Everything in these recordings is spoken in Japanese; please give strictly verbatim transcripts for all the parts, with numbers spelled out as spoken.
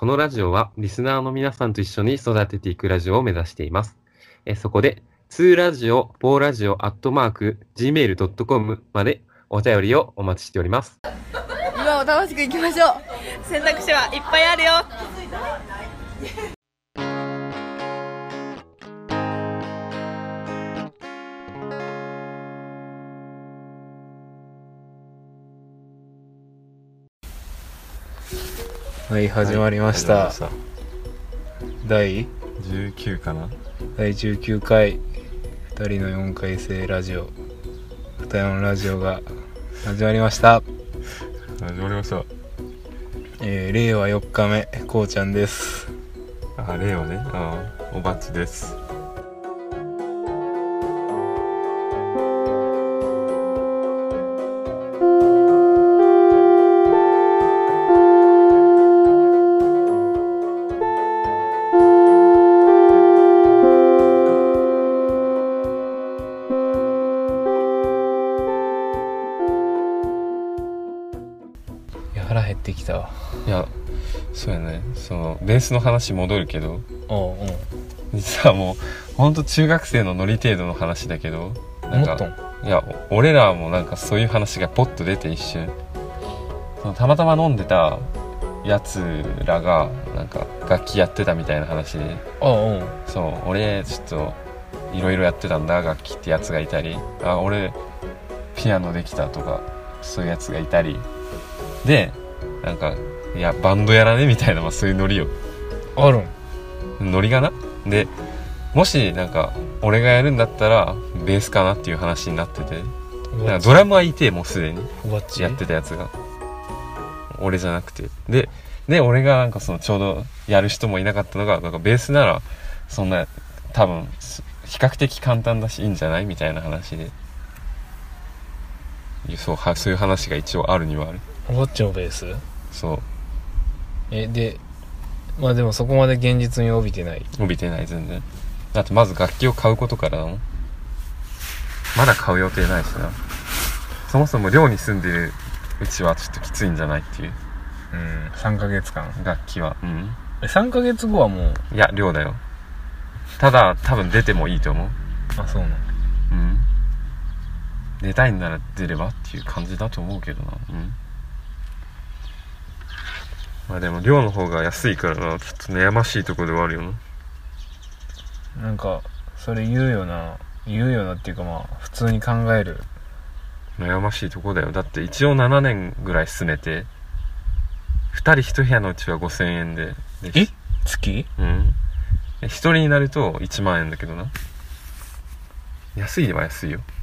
このラジオはリスナーの皆さんと一緒に育てていくラジオを目指しています。えそこで、ツーラジオ、フォーラジオ、アットマーク、ジーメールドットコム までお便りをお待ちしております。 今を楽しくいきましょう。 選択肢はいっぱいあるよ。 はい、始まりました。はい、した第じゅうきゅうかな第じゅうきゅうかいふたりのよんかい生ラジオふたよんラジオが始まりました。 始まりました。 えー、令和よっかめ、こうちゃんです。 あ、令和ね。あ、おばっちです。 腹減ってきたわ。 いや、そうやね。そのベースの話戻るけど、 おうおう、 実はもうほんと中学生のノリ程度の話だけど、なんかもっといや俺らもなんかそういう話がポッと出て一瞬、そのたまたま飲んでたやつらがなんか楽器やってたみたいな話で、 おうおう、 そう俺ちょっといろいろやってたんだ楽器ってやつがいたり、あ俺ピアノできたとかそういうやつがいたりで、なんかいやバンドやらねみたいな、まあ、そういうノリよ。 あるんノリがな。でもしなんか俺がやるんだったらベースかなっていう話になってて、なんかドラムはいてもうすでにやってたやつが俺じゃなくて、でで俺がなんかそのちょうどやる人もいなかったのが、なんかベースならそんな多分比較的簡単だしいいんじゃないみたいな話で、そうはそういう話が一応あるにはある。 おばっちのベース。 そうえでまあでもそこまで現実に帯びてない。 帯びてない全然。だってまず楽器を買うことからだもん。まだ買う予定ないしな。そもそも寮に住んでるうちはちょっときついんじゃないっていう。 うん、さんかげつかん楽器は。うんえさんかげつごはもう。 いや寮だよ。ただ多分出てもいいと思う。 あ、そうなの。 うん出たいんなら出ればっていう感じだと思うけどな。うんまあでも寮の方が安いからな、ちょっと悩ましいところではあるよな。 なんかそれ言うよな言うよなっていうか、まあ普通に考える。 悩ましいとこだよ。だって一応ななねんぐらい住めてふたりいち部屋のうちはごせんえんででえ月うんひとりになるといちまんえんだけどな。安いは安いよ。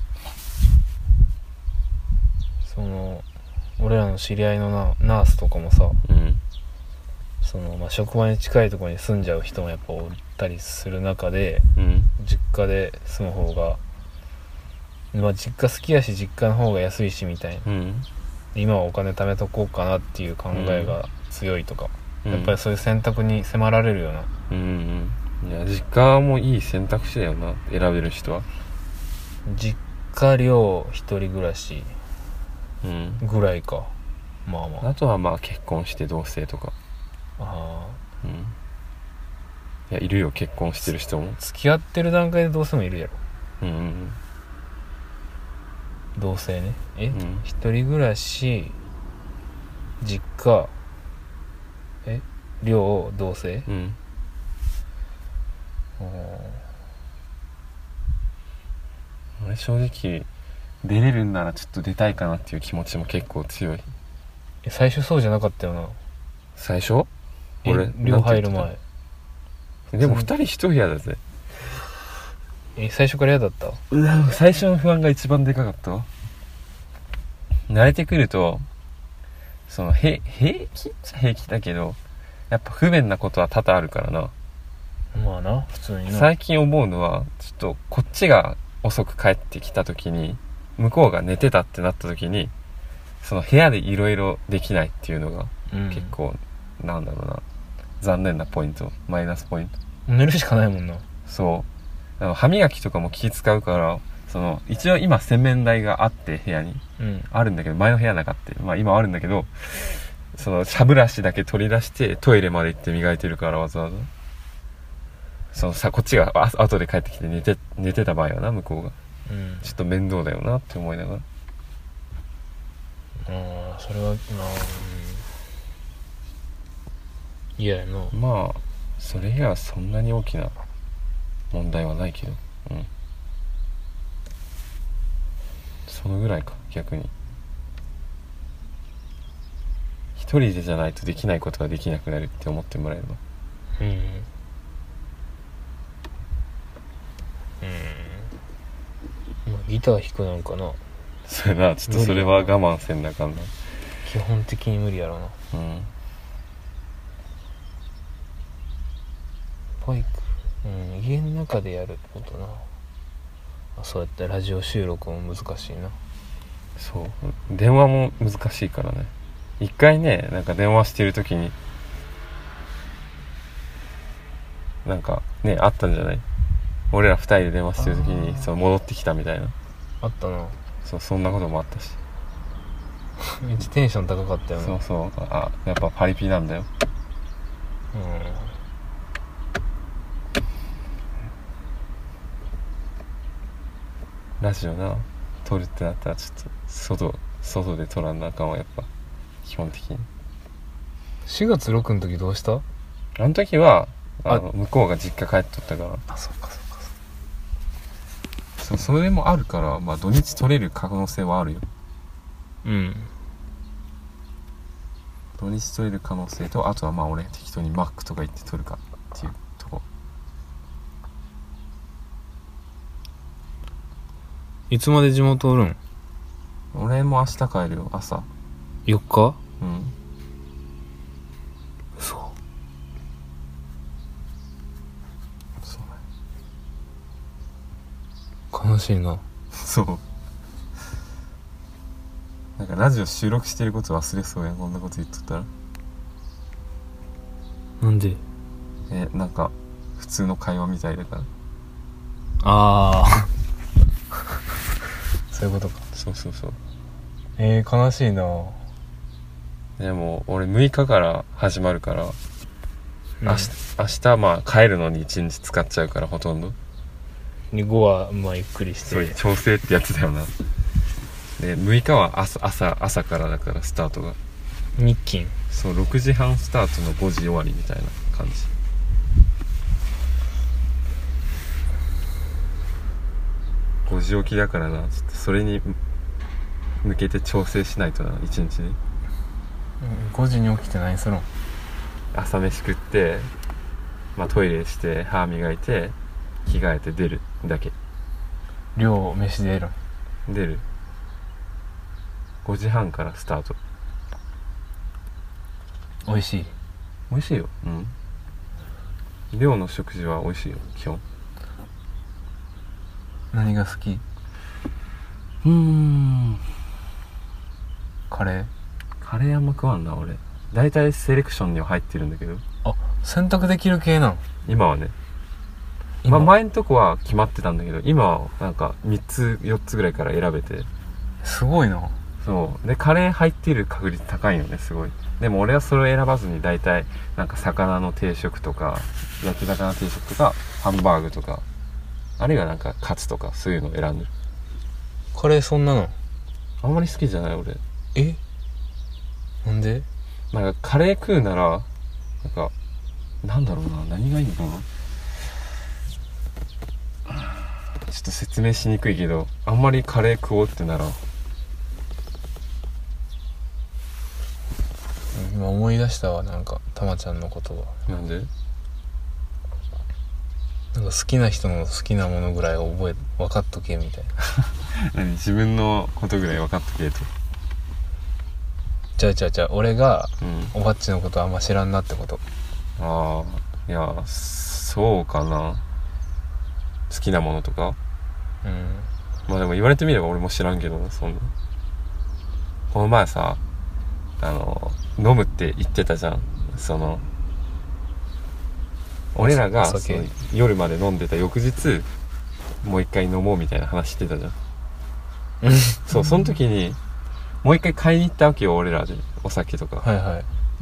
その俺らの知り合いのなナースとかもさ、 うんその、まあ、職場に近いところに住んじゃう人もやっぱおったりする中で、 うん実家で住む方が、まあ、実家好きやし実家の方が安いしみたいな、 うん今はお金貯めとこうかなっていう考えが強いとか、 うん、 やっぱりそういう選択に迫られるよな。 うんうんいや実家もいい選択肢だよな、選べる人は。 実家寮一人暮らしうんぐらいか。まあまああとはまあ結婚して同棲とか。 あうんいやいるよ結婚してる人も。 付き合ってる段階でどうせもいるやろ。 うんうん同棲ね。え、 うん一人暮らし実家え寮同棲。 うん俺正直出れるんならちょっと出たいかなっていう気持ちも結構強い。 え最初そうじゃなかったよな。 最初え俺寮入る前でもふたりいち部屋だぜ。 え最初から嫌だった。 うわ最初の不安が一番でかかったわ。慣れてくるとそのへ平気っちゃ平気だけどやっぱ不便なことは多々あるからな。 まあな普通にな。 最近思うのはちょっとこっちが遅く帰ってきた時に向こうが寝てたってなった時にその部屋でいろいろできないっていうのが結構、うん、なんだろうな残念なポイントマイナスポイント。 寝るしかないもんな。 そうあの歯磨きとかも気使うからその一応今洗面台があって部屋に、うん、あるんだけど前の部屋なかった、まあ今あるんだけどその歯ブラシだけ取り出してトイレまで行って磨いてるから、わざわざ。そのさ、こっちがあ後で帰ってきて寝て寝てた場合はな、向こうが、うん、ちょっと面倒だよなって思いながら。 ああ、それはまあ、うん、嫌やな。 まあそれ以外はそんなに大きな問題はないけど、うん、そのぐらいか。逆に一人でじゃないとできないことができなくなるって思ってもらえれば。うんうん、 まあ、ギター弾くなんかな。 それな、ちょっとそれは我慢せんなあかんな。 基本的に無理やろな。うん。バイク、うん、家の中でやるってことな。あ、そうやってラジオ収録も難しいな。 そう、電話も難しいからね。一回ね、なんか電話してる時になんかね、あったんじゃない？俺ら二人で電話してる時にそう戻ってきたみたいな。 あったな。 そう、そんなこともあったし。 めっちゃテンション高かったよね。 そうそう、あ、やっぱパリピなんだよ。うん。ラジオな、撮るってなったらちょっと外外で撮らんなあかんわ、やっぱ基本的に。 しがつろくの時どうした？ あの時はあの向こうが実家帰っとったから。 あ、そっかそっか。 そう、それもあるから、まあ土日取れる可能性はあるよ。うん。土日取れる可能性と、あとはまあ俺適当にマックとか行って取るかっていうとこ。 いつまで地元おるん？ 俺も明日帰るよ、朝。 よっか？ うん。 そう。そうね。悲しいな。 そう。なんかラジオ収録してること忘れそうやん、こんなこと言っとったら。 なんで？ え、なんか普通の会話みたいだから。 ああ。そういうことか。 そうそうそう。 えー、悲しいな。 でも俺むいかから始まるから、うん、明日、明日まあ帰るのにいちにち使っちゃうから、ほとんど。 ごはまあゆっくりして。 そういう調整ってやつだよな。でむいかは 朝, 朝, 朝からだからスタートが日勤。 そう、ろくじはんスタートのごじ終わりみたいな感じ。ごじ起きだからな、ちょっとそれに向けて調整しないとな、いちにちで。 ごじに起きて何するの？ 朝飯食って、まあ、トイレして歯磨いて着替えて出るだけ。 量飯出る？ 出る。ごじはんからスタート。 美味しい？ 美味しいよ。うん。寮の食事は美味しいよ、基本。 何が好き？ うーん。 カレー？ カレーあんま食わんな、俺。だいたいセレクションには入ってるんだけど。 あ、選択できる系なの？ 今はね。まあ前んとこは決まってたんだけど、今はなんかみっつよっつぐらいから選べて。 すごいな。 そうで、カレー入ってる確率高いよね、すごい。でも俺はそれを選ばずに、だいたいなんか魚の定食とか焼き魚定食とかハンバーグとか、あるいはなんかカツとか、そういうのを選んでる。 カレーそんなのあんまり好きじゃない俺。 え、なんで？ なんかカレー食うならなんかなんだろうな、何がいいのかな。ちょっと説明しにくいけど、あんまりカレー食おうってなら。 今思い出したわ、なんかたまちゃんの言葉。 なんで？ なんか好きな人の好きなものぐらい覚え分かっとけみたいな。 何、自分のことぐらい分かっとけと。 ちゃうちゃうちゃう、俺が、 うん、 おばっちのことあんま知らんなってこと。 ああ、いや、そうかな。好きなものとか。うん。まあでも言われてみれば俺も知らんけど、そんな。この前さ、あの飲むって言ってたじゃん。その俺らがその夜まで飲んでた翌日もう一回飲もうみたいな話してたじゃん。そう、その時にもう一回買いに行ったわけよ俺らでお酒とか、 はいはい。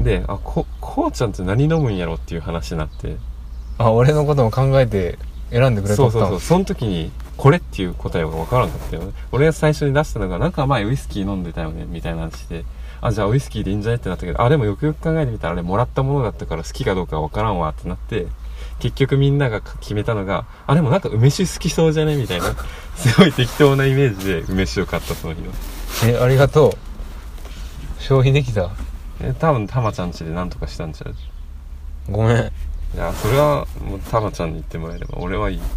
であここうちゃんって何飲むんやろっていう話になって、 あ、俺のことも考えて選んでくれとったの。 そうそうそう、その時にこれっていう答えが分からんかったよね。俺が最初に出したのがなんか前ウイスキー飲んでたよねみたいな話で、あじゃあウイスキーでいいんじゃねってなったけど、あでもよくよく考えてみたらあれもらったものだったから好きかどうか分からんわってなって、結局みんなが決めたのが、あでもなんか梅酒好きそうじゃねみたいなすごい適当なイメージで梅酒を買ったその日は。 え、ありがとう。消費できた。 え多分たまちゃん家で何とかしたんちゃう。 ごめん。 いやそれはもうたまちゃんに言ってもらえれば俺はいい。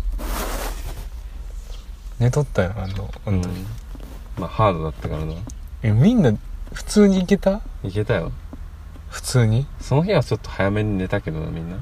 寝とったよあの、 うん、まあハードだったからな。 え、みんな普通に行けた？ いけたよ普通に。 その日はちょっと早めに寝たけどなみんな。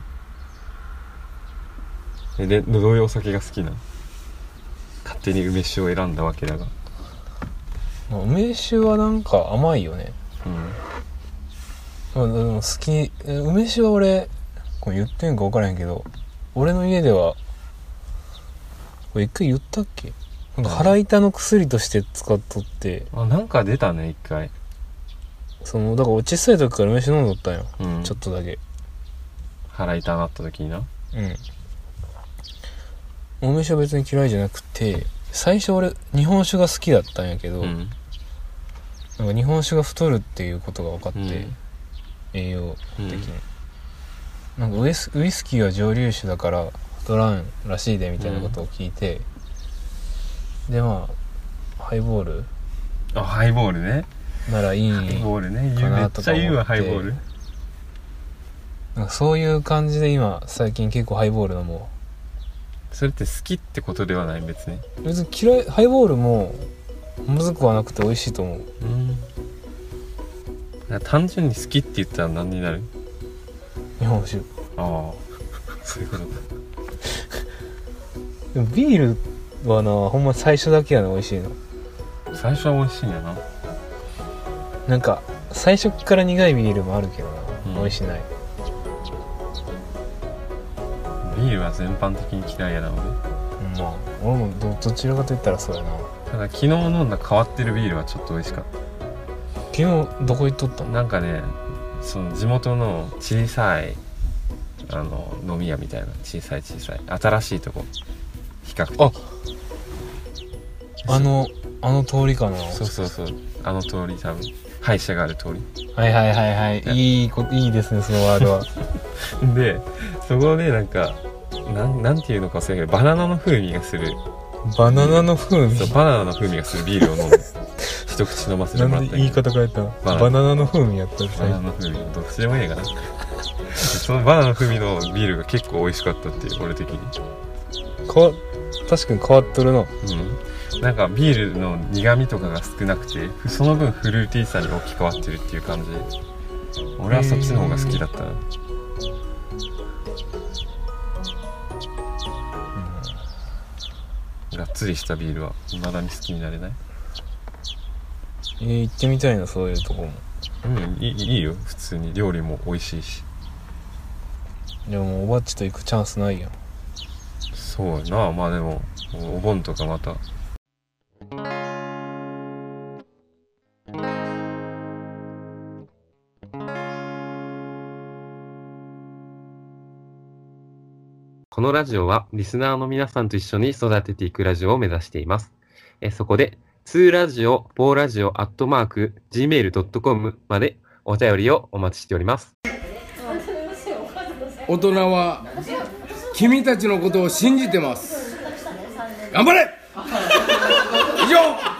えでどういうお酒が好きな？勝手に梅酒を選んだわけだが。 梅酒はなんか甘いよね。 うん。 でも好き。梅酒は俺これ言ってんか分からへんけど、俺の家ではこれ一回言ったっけ？なんか腹痛の薬として使っとって。 あなんか出たね一回。 そのだから小さい時から梅酒飲んどったんよ、 うん、 ちょっとだけ腹痛なった時にな。 うん梅酒は別に嫌いじゃなくて、最初俺日本酒が好きだったんやけど、うん、なんか日本酒が太るっていうことが分かって、うん、栄養的に、うん、なんかウイス、ウイスキーは蒸留酒だから太らんらしいでみたいなことを聞いて、うん、でまあハイボールあハイボールねならいいハイボールねかなとか思って、めっちゃ言うわハイボール。 なんかそういう感じで今最近結構ハイボール飲もう。 それって好きってことではない別に。 別に嫌い、ハイボールもむずくはなくて美味しいと思う。 うん。単純に好きって言ったら何になる？ 日本酒。 ああそういうことだ。 でもビールはなほんま最初だけやな美味しいの。 最初は美味しいんやな。 なんか最初から苦いビールもあるけどな、うん、美味しない。 ビールは全般的に嫌いやな俺。 まあ俺も ど, どちらかと言ったらそうやな。 ただ昨日飲んだ変わってるビールはちょっと美味しかった。 昨日どこ行っとったの？ なんかねその地元の小さいあの飲み屋みたいな小さい小さい新しいとこ比較的。ああのあの通りかな。 そうそうそうあの通り多分歯医者がある通り。 はいはいはいはい、いいこいいですねそのワードは。でそこでなんかなんなんていうのか忘れたけどバナナの風味がする。 バナナの風味。 そうバナナの風味がするビールを飲んで一口飲ませてもらった。 なんで言い方変えたの？バナナ、バナナの風味やったらバナナの風味どっちでもいいかな。そのバナナの風味のビールが結構美味しかったっていう俺的に。 かわ確かに変わっとるな。 うん、なんかビールの苦味とかが少なくてその分フルーティーさに置き換わってるっていう感じで俺はそっちの方が好きだったな。がっつりしたビールは未だに好きになれない。 えー、行ってみたいなそういうとこも。 うんいい、いいよ普通に料理も美味しいし。 でもおばっちと行くチャンスないやん。 そうやな。まあでもお盆とかまた。 このラジオはリスナーの皆さんと一緒に育てていくラジオを目指しています。えそこで、ツーラジオ、ポーラジオ、アットマーク、ジーメールドットコム までお便りをお待ちしております。 大人は君たちのことを信じてます。頑張れ以上